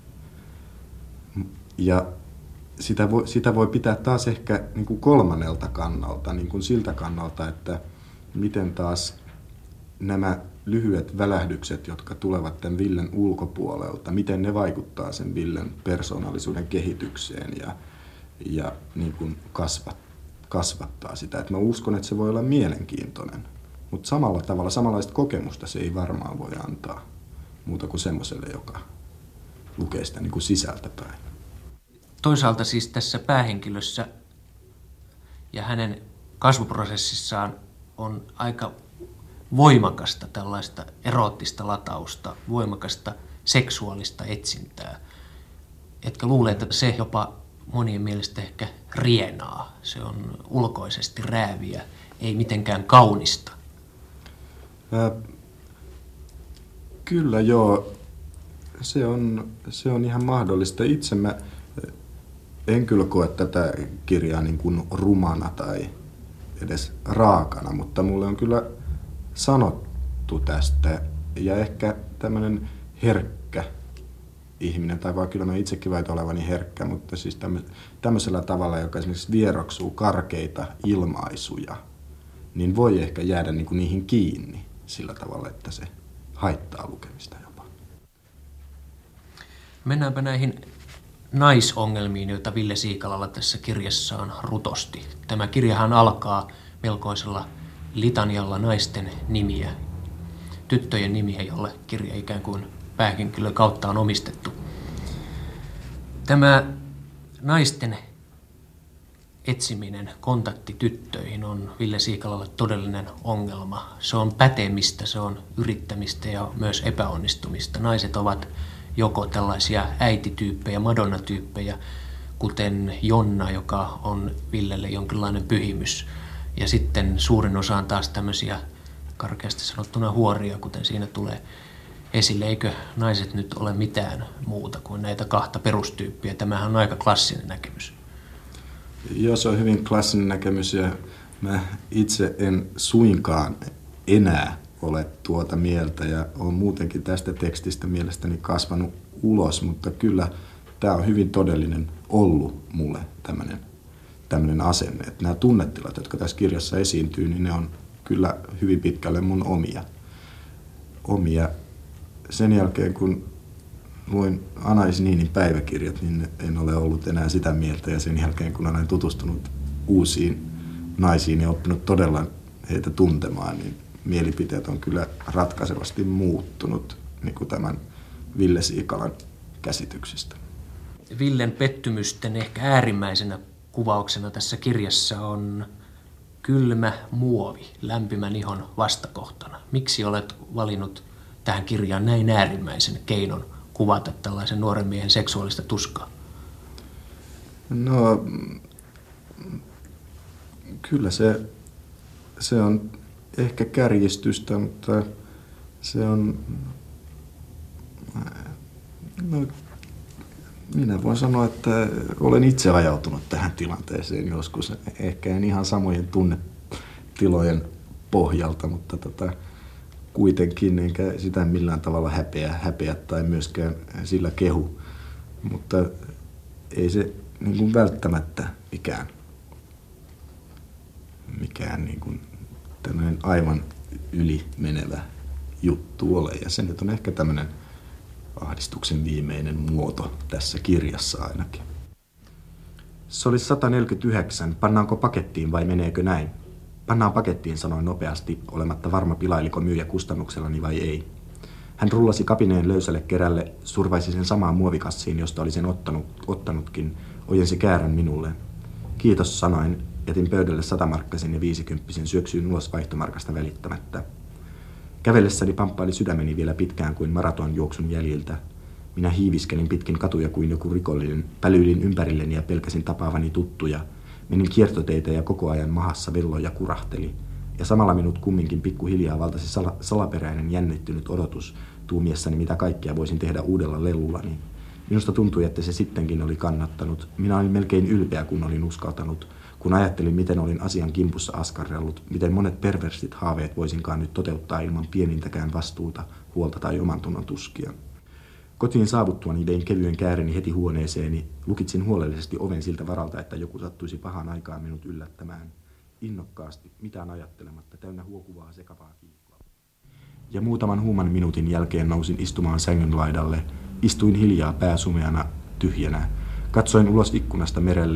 Ja sitä voi, sitä voi pitää taas ehkä niin kuin kolmannelta kannalta, niin kuin siltä kannalta, että miten taas nämä lyhyet välähdykset, jotka tulevat tämän Villen ulkopuolelta, miten ne vaikuttaa sen Villen persoonallisuuden kehitykseen ja, ja niin kuin kasvat, kasvattaa sitä. Et mä uskon, että se voi olla mielenkiintoinen, mutta samalla tavalla, samanlaista kokemusta se ei varmaan voi antaa muuta kuin semmoiselle, joka lukee sitä niin kuin sisältäpäin. Toisaalta siis tässä päähenkilössä ja hänen kasvuprosessissaan on aika voimakasta tällaista eroottista latausta, voimakasta seksuaalista etsintää. Etkä luule, että se jopa monien mielestä ehkä rienaa. Se on ulkoisesti rääviä, ei mitenkään kaunista. Ää, kyllä joo, se on, se on ihan mahdollista. Itse mä en kyllä koe tätä kirjaa niin kuin rumana tai edes raakana, mutta mulle on kyllä sanottu tästä, ja ehkä tämmöinen herkkä ihminen, tai vaan kyllä mä itsekin väitän olevani herkkä, mutta siis tämmöisellä tavalla, joka esimerkiksi vieroksuu karkeita ilmaisuja, niin voi ehkä jäädä niinku niihin kiinni sillä tavalla, että se haittaa lukemista jopa. Mennäänpä näihin naisongelmiin, joita Ville Siikalalla tässä kirjassaan rutosti. Tämä kirjahan alkaa melkoisella litanialla naisten nimiä, tyttöjen nimiä, jolle kirja ikään kuin päähenkilön kautta on omistettu. Tämä naisten etsiminen, kontakti tyttöihin on Ville Siikalalla todellinen ongelma. Se on pätemistä, se on yrittämistä ja myös epäonnistumista. Naiset ovat joko tällaisia äitityyppejä, madonnatyyppejä, kuten Jonna, joka on Villelle jonkinlainen pyhimys. Ja sitten suurin osa on taas tämmöisiä karkeasti sanottuna huoria, kuten siinä tulee esille. Eikö naiset nyt ole mitään muuta kuin näitä kahta perustyyppiä? Tämähän on aika klassinen näkemys. Joo, se on hyvin klassinen näkemys ja mä itse en suinkaan enää ole tuota mieltä ja olen muutenkin tästä tekstistä mielestäni kasvanut ulos, mutta kyllä tämä on hyvin todellinen ollut mulle tämmöinen tämmöinen asenne. Että nämä tunnetilat, jotka tässä kirjassa esiintyy, niin ne on kyllä hyvin pitkälle mun omia. omia. Sen jälkeen, kun luin Anais Niinin päiväkirjat, niin en ole ollut enää sitä mieltä. Ja sen jälkeen, kun olen tutustunut uusiin naisiin ja oppinut todella heitä tuntemaan, niin mielipiteet on kyllä ratkaisevasti muuttunut niin kuin tämän Ville Siikalan käsityksistä. Villen pettymysten ehkä äärimmäisenä kuvauksena tässä kirjassa on kylmä muovi lämpimän ihon vastakohtana. Miksi olet valinnut tähän kirjaan näin äärimmäisen keinon kuvata tällaisen nuoren miehen seksuaalista tuskaa? No, kyllä se, se on ehkä kärjistystä, mutta se on... No, minä voin sanoa, että olen itse ajautunut tähän tilanteeseen joskus. Ehkä en ihan samojen tunnetilojen pohjalta, mutta tota, kuitenkin enkä sitä millään tavalla häpeä, häpeä tai myöskään sillä kehu. Mutta ei se niin kuin välttämättä mikään, mikään niin kuin tämmöinen aivan yli menevä juttu ole. Ja se nyt on ehkä tämmöinen ahdistuksen viimeinen muoto tässä kirjassa ainakin. Se oli sata neljäkymmentäyhdeksän. Pannaanko pakettiin vai meneekö näin? Pannaan pakettiin, sanoin nopeasti, olematta varma pilailiko myyjä kustannuksellani vai ei. Hän rullasi kapineen löysälle kerälle, survaisi sen samaan muovikassiin, josta oli sen ottanut, ottanutkin, ojensi käärän minulle. Kiitos, sanoin, jätin pöydälle satamarkkasen ja viisikymppisen, syöksyin ulos vaihtomarkasta välittämättä. Kävellessäni pamppaili sydämeni vielä pitkään kuin maratonjuoksun jäljiltä. Minä hiiviskelin pitkin katuja kuin joku rikollinen, pälyilin ympärilleni ja pelkäsin tapaavani tuttuja. Menin kiertoteitä ja koko ajan mahassa velloja kurahteli. Ja samalla minut kumminkin pikkuhiljaa valtasi sala- salaperäinen jännittynyt odotus tuumiessani, mitä kaikkea voisin tehdä uudella lelullani. Minusta tuntui, että se sittenkin oli kannattanut. Minä olin melkein ylpeä, kun olin uskaltanut. Kun ajattelin, miten olin asian kimpussa askarrellut, miten monet perversit haaveet voisinkaan nyt toteuttaa ilman pienintäkään vastuuta, huolta tai oman tunnon tuskia. Kotiin saavuttuani vein kevyen kääreni heti huoneeseeni, lukitsin huolellisesti oven siltä varalta, että joku sattuisi pahaan aikaan minut yllättämään. Innokkaasti, mitään ajattelematta, täynnä huokuvaa sekavaa kiihkoa. Ja muutaman huuman minuutin jälkeen nousin istumaan sängyn laidalle. Istuin hiljaa pääsumeana, tyhjänä. Katsoin ulos ikkunasta merelle,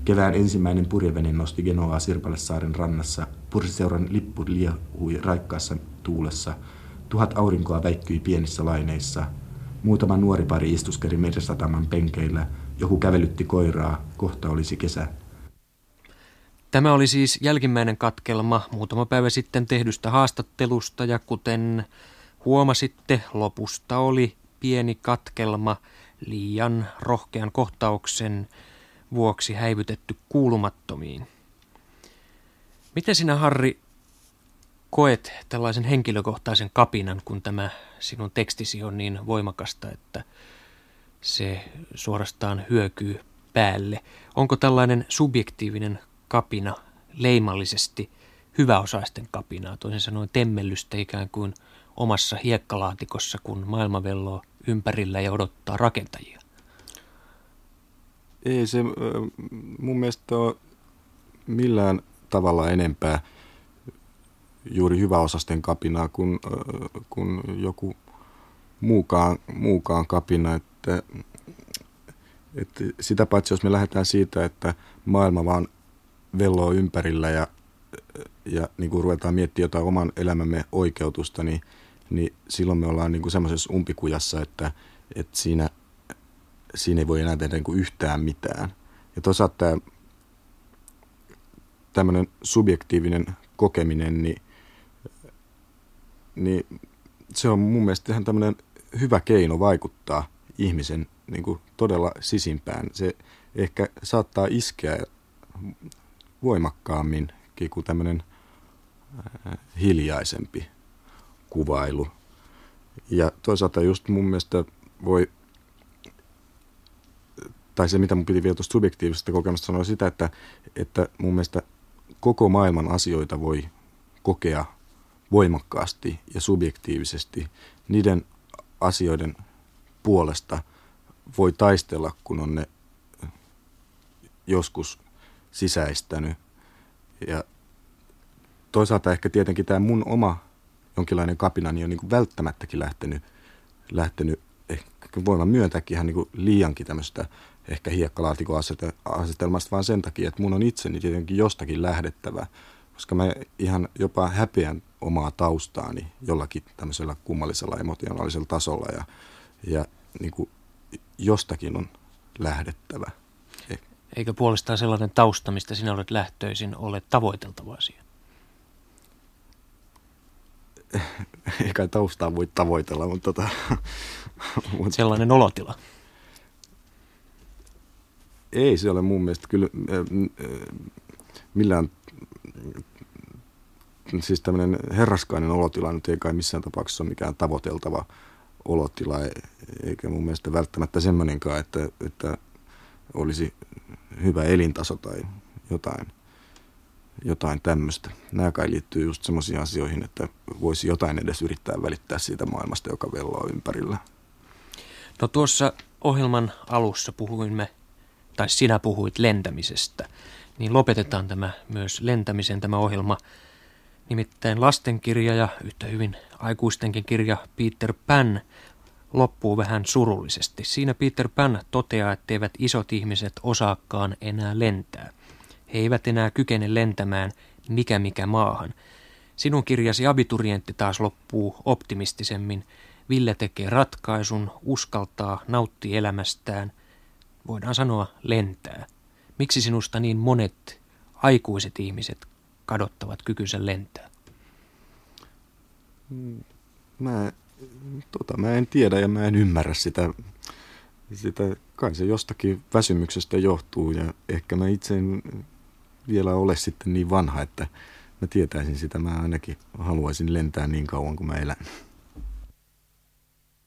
Kevään ensimmäinen purjevene nosti Genoaa Sirpalesaaren rannassa. Pursiseuran lippu liehui raikkaassa tuulessa. Tuhat aurinkoa väikkyi pienissä laineissa. Muutama nuori pari istuskeli merisataman penkeillä. Joku kävelytti koiraa. Kohta olisi kesä. Tämä oli siis jälkimmäinen katkelma muutama päivä sitten tehdystä haastattelusta, ja kuten huomasitte, lopusta oli pieni katkelma liian rohkean kohtauksen vuoksi häivytetty kuulumattomiin. Miten sinä, Harri, koet tällaisen henkilökohtaisen kapinan, kun tämä sinun tekstisi on niin voimakasta, että se suorastaan hyökyy päälle? Onko tällainen subjektiivinen kapina leimallisesti hyväosaisten kapinaa, toisin sanoen temmellystä ikään kuin omassa hiekkalaatikossa, kun maailma velloo ympärillä ja odottaa rakentajia? Ei se mun mielestä ole millään tavalla enempää juuri hyväosasten kapinaa kuin, kuin joku muukaan, muukaan kapina. Että, että sitä paitsi jos me lähdetään siitä, että maailma vaan velloo ympärillä ja, ja niin kuin ruvetaan miettimään jotain oman elämämme oikeutusta, niin, niin silloin me ollaan niin kuin semmoisessa umpikujassa, että, että siinä, siinä ei voi enää tehdä niin kuin yhtään mitään. Ja toisaalta tämä tämmöinen subjektiivinen kokeminen, niin, niin se on mun mielestä ihan tämmöinen hyvä keino vaikuttaa ihmisen niin kuin todella sisimpään. Se ehkä saattaa iskeä voimakkaammin kuin tämmöinen hiljaisempi kuvailu. Ja toisaalta just mun mielestä voi, tai se mitä mun piti vielä tuosta subjektiivisesta kokemusta sanoa sitä, että, että mun mielestä koko maailman asioita voi kokea voimakkaasti ja subjektiivisesti. Niiden asioiden puolesta voi taistella, kun on ne joskus sisäistänyt. Ja toisaalta ehkä tietenkin tämä mun oma jonkinlainen kapinani on niin kuin välttämättäkin lähtenyt, lähtenyt ehkä voiman myöntääkin ihan niin kuin liiankin tämmöistä ehkä hiekkalaatikkoasetelmasta, vaan sen takia, että mun on itseni tietenkin jostakin lähdettävä, koska mä ihan jopa häpeän omaa taustaani jollakin tämmöisellä kummallisella emotionaalisella tasolla ja, ja niin kuin jostakin on lähdettävä. Eikö puolestaan sellainen tausta, mistä sinä olet lähtöisin, ole tavoiteltava asia? Eikä taustaa voi tavoitella, mutta tota, sellainen olotila. Ei se ole mun mielestä kyllä millään, siis tämmöinen herraskainen olotila nyt ei kai missään tapauksessa ole mikään tavoiteltava olotila, eikä mun mielestä välttämättä semmoinenkaan, että, että olisi hyvä elintaso tai jotain, jotain tämmöistä. Nämä kai liittyy just semmoisiin asioihin, että voisi jotain edes yrittää välittää siitä maailmasta, joka velloo ympärillä. No tuossa ohjelman alussa puhuimme, tai sinä puhuit lentämisestä, niin lopetetaan tämä myös lentämisen tämä ohjelma. Nimittäin lastenkirja ja yhtä hyvin aikuistenkin kirja Peter Pan loppuu vähän surullisesti. Siinä Peter Pan toteaa, etteivät isot ihmiset osaakaan enää lentää. He eivät enää kykene lentämään mikä mikä maahan. Sinun kirjasi Abiturientti taas loppuu optimistisemmin. Ville tekee ratkaisun, uskaltaa, nauttii elämästään. Voidaan sanoa lentää. Miksi sinusta niin monet aikuiset ihmiset kadottavat kykynsä lentää? Mä, tota, mä en tiedä ja mä en ymmärrä sitä. sitä. Kai se jostakin väsymyksestä johtuu ja ehkä mä itse en vielä ole sitten niin vanha, että mä tietäisin sitä. Mä ainakin haluaisin lentää niin kauan kuin mä elän.